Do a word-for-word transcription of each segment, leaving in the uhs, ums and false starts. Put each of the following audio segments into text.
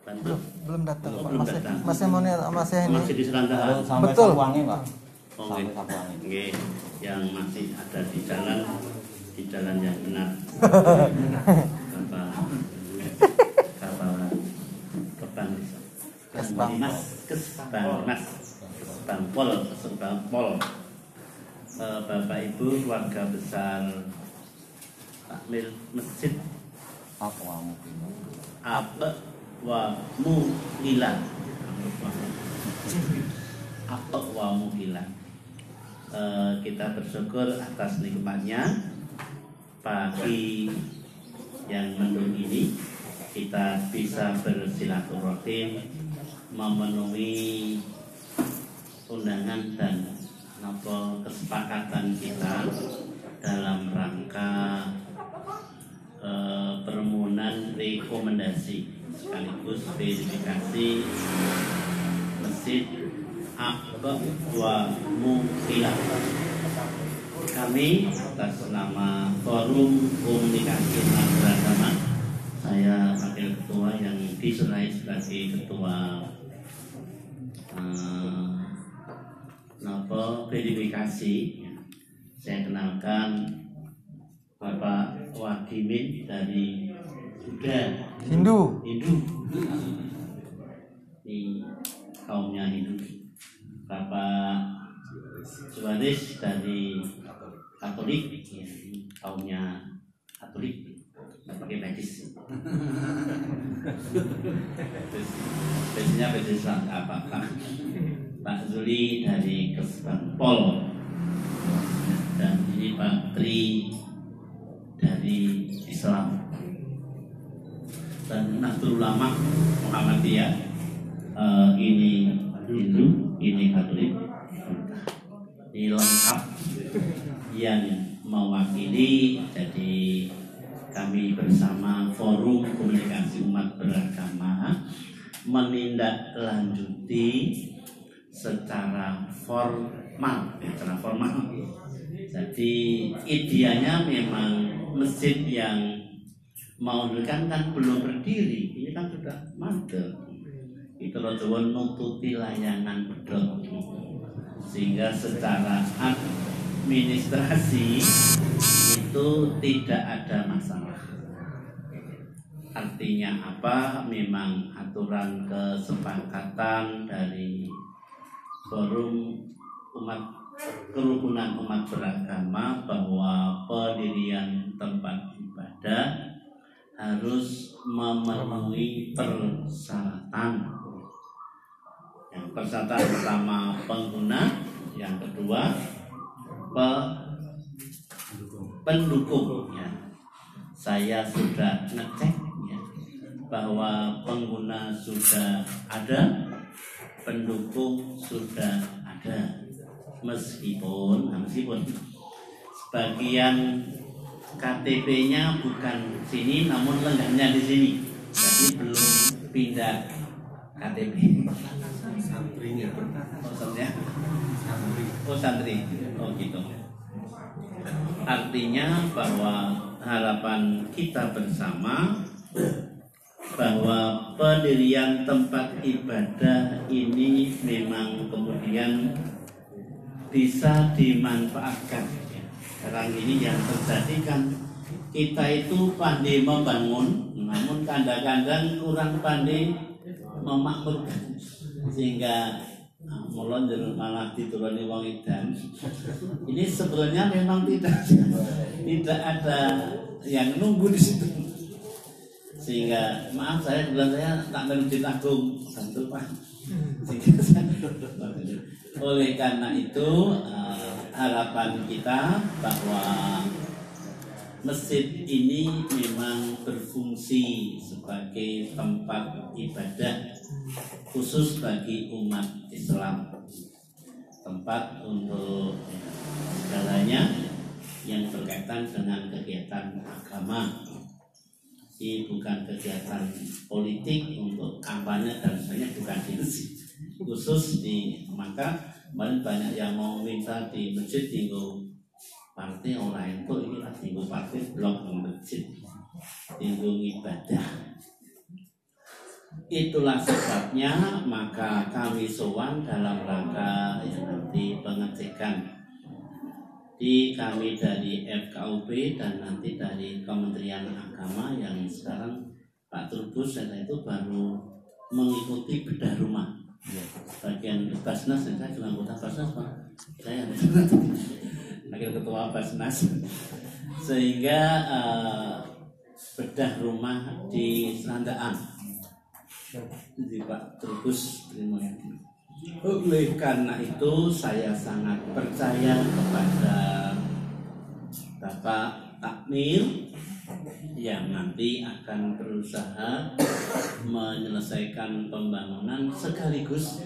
belum, belum datang. Oh, belum masih, datang. masih mau masih ini. Masih di Serandahan. Sampai Betul. Sapuangi, Pak. Oh, Sampai nggih. Sapuangi. Nggih, yang masih ada di jalan di jalan yang benar. Bapak Bapak Kebang Kesbang. Mas Kesbang Mas Kesbang Pol Kesbang Pol. Eh, Bapak Ibu keluarga besar takmir masjid Apa kamu? apa wa muhilan apa wa muhilan. Eh, kita bersyukur atas nikmatnya pagi yang mendung ini kita bisa bersilaturahim memenuhi undangan dan apa kesepakatan kita dalam rangka eh, permohonan rekomendasi sekaligus verifikasi masjid Aqsa wa Muqilah. Kami atas nama Forum Komunikasi Umat Beragama, saya wakil ketua yang diserai sebagai ketua eh, apa verifikasi. Saya kenalkan Bapak Wadimin dari Buddha Hindu. Hindu, ini kaumnya Hindu. Bapak Juaris dari Katolik, ya, kaumnya Katolik, nggak pakai medis. Terus biasanya medis apa Pak? Pak Zuli dari Kesbang Pol, dan ini Pak Tri dari Islam, dan Nahdlatul Ulama Muhammadiyah. Uh, ini Hindu, ini Katolik. Ini lengkap yang mewakili. Jadi kami bersama Forum Komunikasi Umat Beragama menindaklanjuti secara formal, secara formal. Jadi ideanya memang masjid yang mau kan kan belum berdiri, ini kan sudah mandek. Itu Jawa nututi layangan bedot, sehingga secara administrasi itu tidak ada masalah. Artinya apa? Memang aturan kesepakatan dari Forum Umat Kerukunan Umat Beragama bahwa pendirian tempat ibadah harus memenuhi persyaratan. Yang persyaratan pertama pengguna, yang kedua pe pendukung. Ya. Saya sudah ngecek ya, bahwa pengguna sudah ada, pendukung sudah ada. Meskipun, meskipun sebagian K T P-nya bukan sini, namun lenggahnya di sini, jadi belum pindah K T P. Santrinya, oh santrinya, oh santri, oh gitu. Artinya bahwa harapan kita bersama bahwa pendirian tempat ibadah ini memang kemudian bisa dimanfaatkan. Sekarang ini yang terjadi kan kita itu pandai membangun, namun kadang-kadang kurang pandai memakmurkan, sehingga nah, melonjol malah dituruni wong edan. Ini sebenarnya memang tidak tidak ada yang nunggu di situ. Sehingga maaf saya bilang saya tak Masjid Agung Bantul Pak. Oleh karena itu uh, harapan kita bahwa masjid ini memang berfungsi sebagai tempat ibadah khusus bagi umat Islam, tempat untuk segalanya yang berkaitan dengan kegiatan agama. Ini bukan kegiatan politik untuk kampanye dan sebagainya, bukan itu sih. Khusus di maka kemarin banyak yang mau minta di masjid tinggal partai orang itu ini lah tinggal partai blok masjid tinggal ibadah. itulah sebabnya maka kami sowan dalam rangka yang nanti pengecekan di kami dari F K U P dan nanti dari Kementerian Agama yang sekarang Pak Trubus saya itu baru mengikuti bedah rumah bagian Basnas. Saya juga anggota Basnas Pak, saya wakil ketua Basnas, sehingga uh, bedah rumah di Serandaan di Pak Trubus. Oleh karena itu saya sangat percaya kepada Bapak Takmir yang nanti akan berusaha menyelesaikan pembangunan sekaligus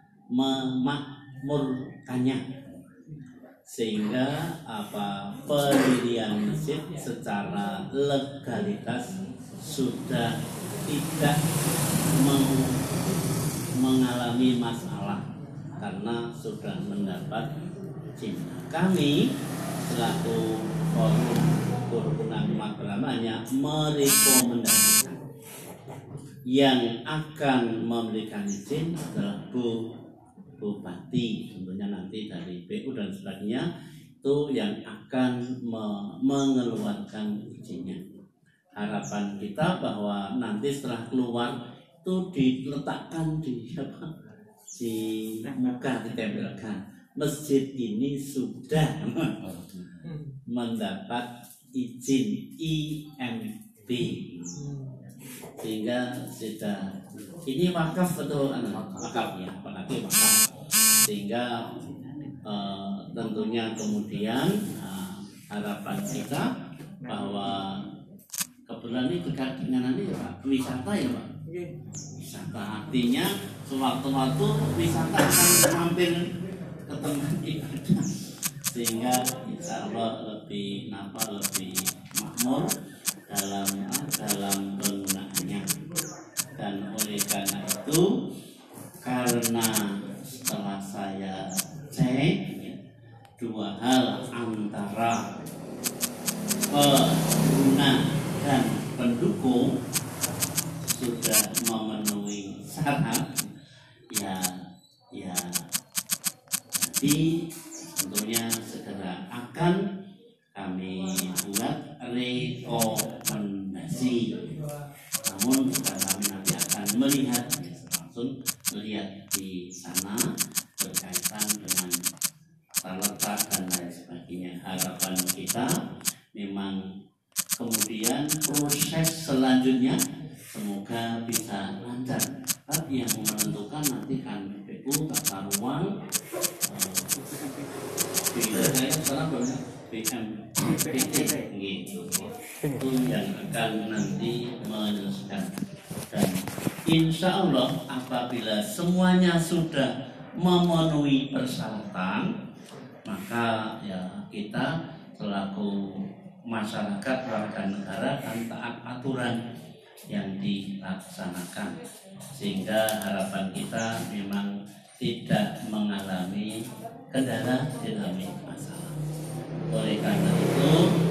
memakmurkannya, sehingga apa pendirian masjid secara legalitas sudah tidak meng- mengalami masalah karena sudah mendapat izin. Kami selaku forum kerukunan umat beramanya merekomendasikan yang akan memberikan izin adalah Bu Bupati, tentunya nanti dari B U dan sebagainya, itu yang akan me- mengeluarkan izinnya. Harapan kita bahwa nanti setelah keluar itu diletakkan di apa, di muka, ditempelkan masjid ini sudah mendapat izin I M B, sehingga sudah ini wakaf atau wakaf ya, apalagi wakaf, sehingga uh, tentunya kemudian uh, harapan kita bahwa kebetulan ini dekat dengan ini ya Pak, wisata ya Pak, wisata artinya sewaktu-waktu wisata akan mampir ke tempat ibadah, sehingga insya Allah lebih napa lebih makmur dalam dalam penggunaannya. Dan oleh karena itu, karena setelah saya cek dua hal antara pengguna dan pendukung sudah memenuhi syarat, ya ya jadi tentunya segera akan kami buat rekomendasi. Namun kami nanti akan melihat langsung melihat di sana berkaitan dengan letak dan lain sebagainya. Harapan kita memang kemudian proses selanjutnya semoga bisa lancar. Tapi yang menentukan nanti kan B U, tata ruang, saya sekarang banyak B M P T gitu, itu yang akan nanti menyelesaikan. Dan insya Allah apabila semuanya sudah memenuhi persyaratan, maka ya kita selaku masyarakat warga negara akan taat aturan yang dilaksanakan, sehingga harapan kita memang tidak mengalami kendala, tidak mengalami masalah. Oleh karena itu,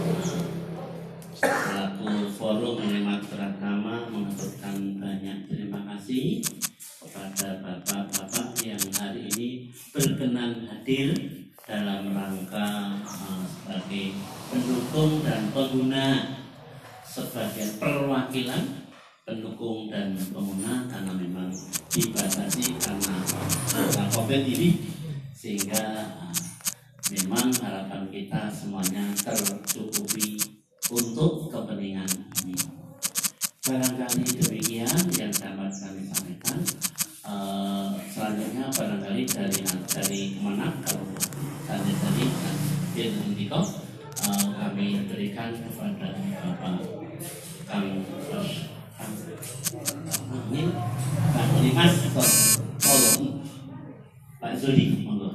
selaku forum umat beragama mengaturkan banyak terima kasih kepada bapak-bapak yang hari ini berkenan hadir dalam rangka uh, sebagai pendukung dan pengguna, sebagai perwakilan pendukung dan pengguna, karena memang dibatasi karena uh, COVID ini, sehingga uh, memang harapan kita semuanya tercukupi untuk kepentingan ini. Barangkali demikian yang dapat kami sampaikan. Uh, selanjutnya barangkali dari dari mana kalau tadi tadi dan Indiko uh, kami berikan kepada Bapak Kang Sos ini Pak Dimas tolong Pak Zudi, monggo.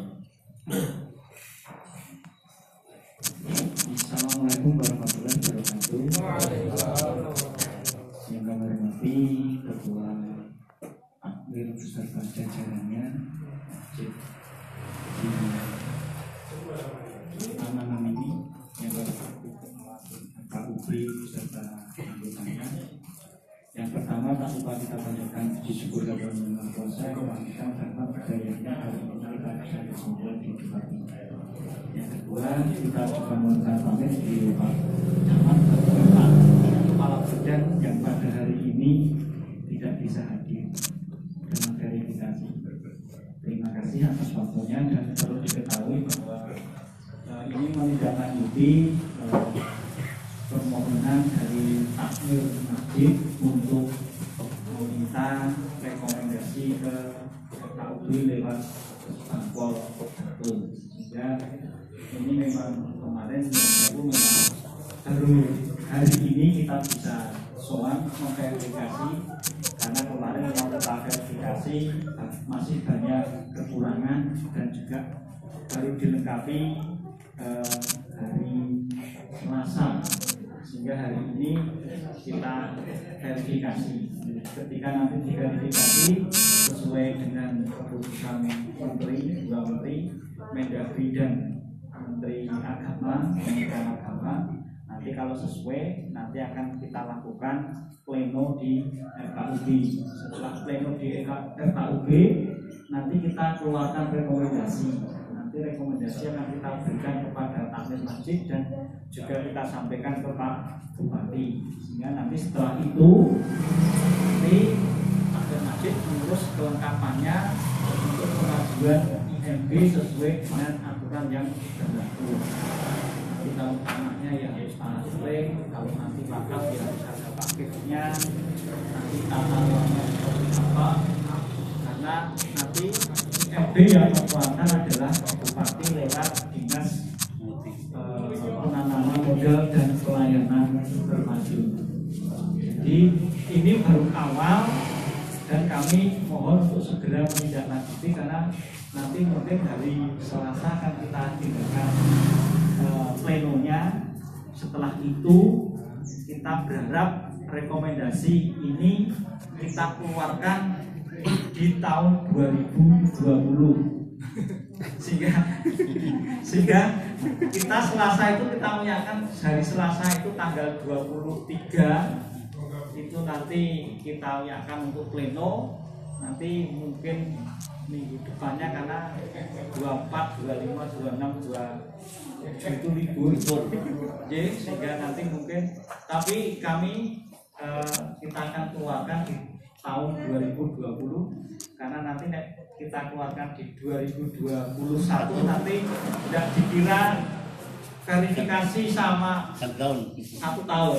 Assalamualaikum warahmatullahi wabarakatuh. Yang kami hormati Ketua Akmir beserta jajarannya di Amanam ini, yang Pak U B beserta anggotanya. Yang pertama pertama tak lupa kita panjatkan puji syukur kepada Yang Maha Kuasa yang kita dapat berdayanya hari ini kita bisa berkumpul di tempat ini. Yang kedua, kita juga mohon pamit di Pak Camat Bapak Kepala Badan yang pada hari ini tidak bisa hadir dalam verifikasi. Terima kasih atas waktunya dan perlu diketahui bahwa uh, ini menindaklanjuti uh, permohonan dari takmir masjid untuk meminta rekomendasi ke K U B lewat Bangpol satu. Sehingga ini memang kemarin aku memang baru hari ini kita bisa soal memverifikasi, karena kemarin memang kita verifikasi masih banyak kekurangan dan juga baru dilengkapi eh, hari Selasa, sehingga hari ini kita verifikasi. Ketika nanti diverifikasi sesuai dengan keputusan Menteri, dua Menteri, Mendagri dan Menteri Agama, Kementerian Agama, nanti kalau sesuai nanti akan kita lakukan pleno di R K U B. Setelah pleno di R K U B nanti kita keluarkan rekomendasi. Nanti rekomendasi akan kita berikan kepada takmir masjid dan juga kita sampaikan ke Pak Bupati. Sehingga nanti setelah itu nanti takmir masjid mengurus kelengkapannya untuk pengajuan I M B sesuai dengan aturan yang berlaku. Nanti kalau anaknya ya harus tanah sering, kalau nanti wakaf ya harus ada paketnya, nanti tata ruangnya seperti apa, karena nanti I M B yang mengeluarkan adalah Bupati lewat dinas eh, penanaman modal dan pelayanan terpadu. Jadi ini baru awal dan kami mohon untuk segera menindaklanjuti, karena nanti mungkin hari Selasa akan kita tindakan uh, plenonya. Setelah itu kita berharap rekomendasi ini kita keluarkan di tahun dua ribu dua puluh, sehingga sehingga kita Selasa itu kita menyiapkan hari Selasa itu tanggal dua puluh tiga itu nanti kita uyakan untuk pleno. Nanti mungkin minggu depannya karena dua puluh empat, dua puluh lima, dua puluh enam, dua puluh tujuh itu libur. Jadi sehingga nanti mungkin, tapi kami eh, kita akan keluarkan di tahun dua ribu dua puluh, karena nanti kita keluarkan di dua ribu dua puluh satu nanti tidak dikira verifikasi sama satu tahun. Satu tahun.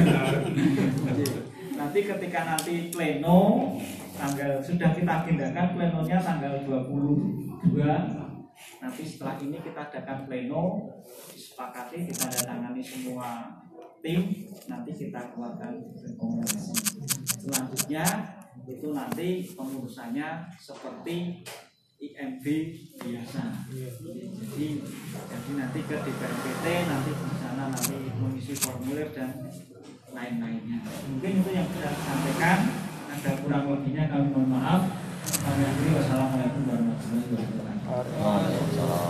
Nanti ketika nanti pleno tanggal sudah kita agendakan plenonya tanggal dua puluh dua. Nanti setelah ini kita adakan pleno, disepakati ditandatangani semua tim, nanti kita keluarkan rekomendasi. Selanjutnya itu nanti pengurusannya seperti I M B biasa. Jadi, jadi nanti ke D P R P T, nanti di sana nanti mengisi formulir dan lain-lainnya. Mungkin itu yang bisa disampaikan. Ada kurang lebihnya kami mohon maaf. Kami akhiri, wassalamualaikum warahmatullahi wabarakatuh. Waalaikumsalam.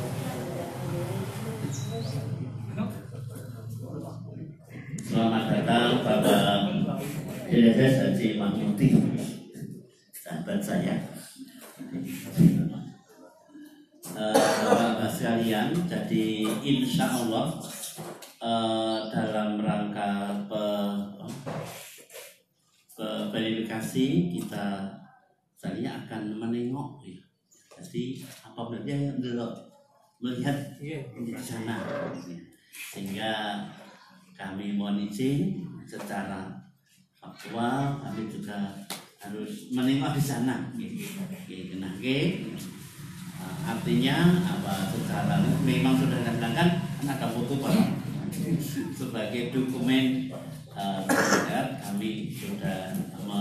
Selamat datang Bapak Direktur Haji Mahmudi, sahabat saya. Bapak-bapak sekalian, jadi insya Allah eh, dalam rangka pe, pe, verifikasi kita saya akan menengok ya. Jadi apabila dia belum melihat di sana, sehingga kami mohon izin secara faktual, kami juga harus menengok di sana. Oke, nah, oke. Artinya apa? Secara memang sudah dikatakan kan ada foto Pak sebagai dokumen uh, kami sudah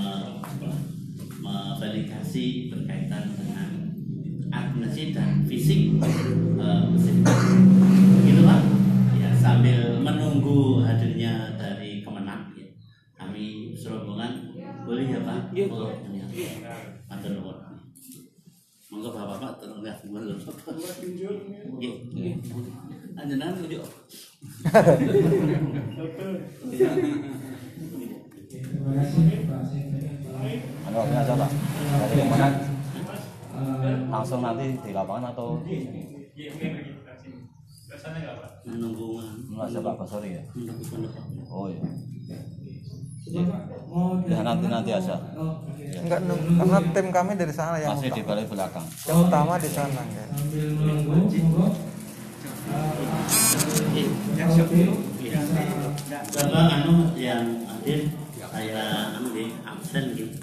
memverifikasi berkaitan dengan administrasi dan fisik uh, gitu Pak. Ya, sambil menunggu hadirnya dari Kemenang ya. Kami serombongan boleh ya Pak? Iya. Matur nuwun. Monggo bapak-bapak tolong lihat dulu. Nggih. Nggih. Anjenan tunjuk. Terima kasih Pak Sekjen. Drop-nya aja Pak. Dari mana? Langsung nanti di lapangan atau menunggu mulai Pak Basori ya? menunggu Oh iya. Ya nanti nanti aja. Enggak, karena tim kami dari sana yang Masih di utama. balik belakang. Yang utama di sana ya. Bapak anu yang hadir saya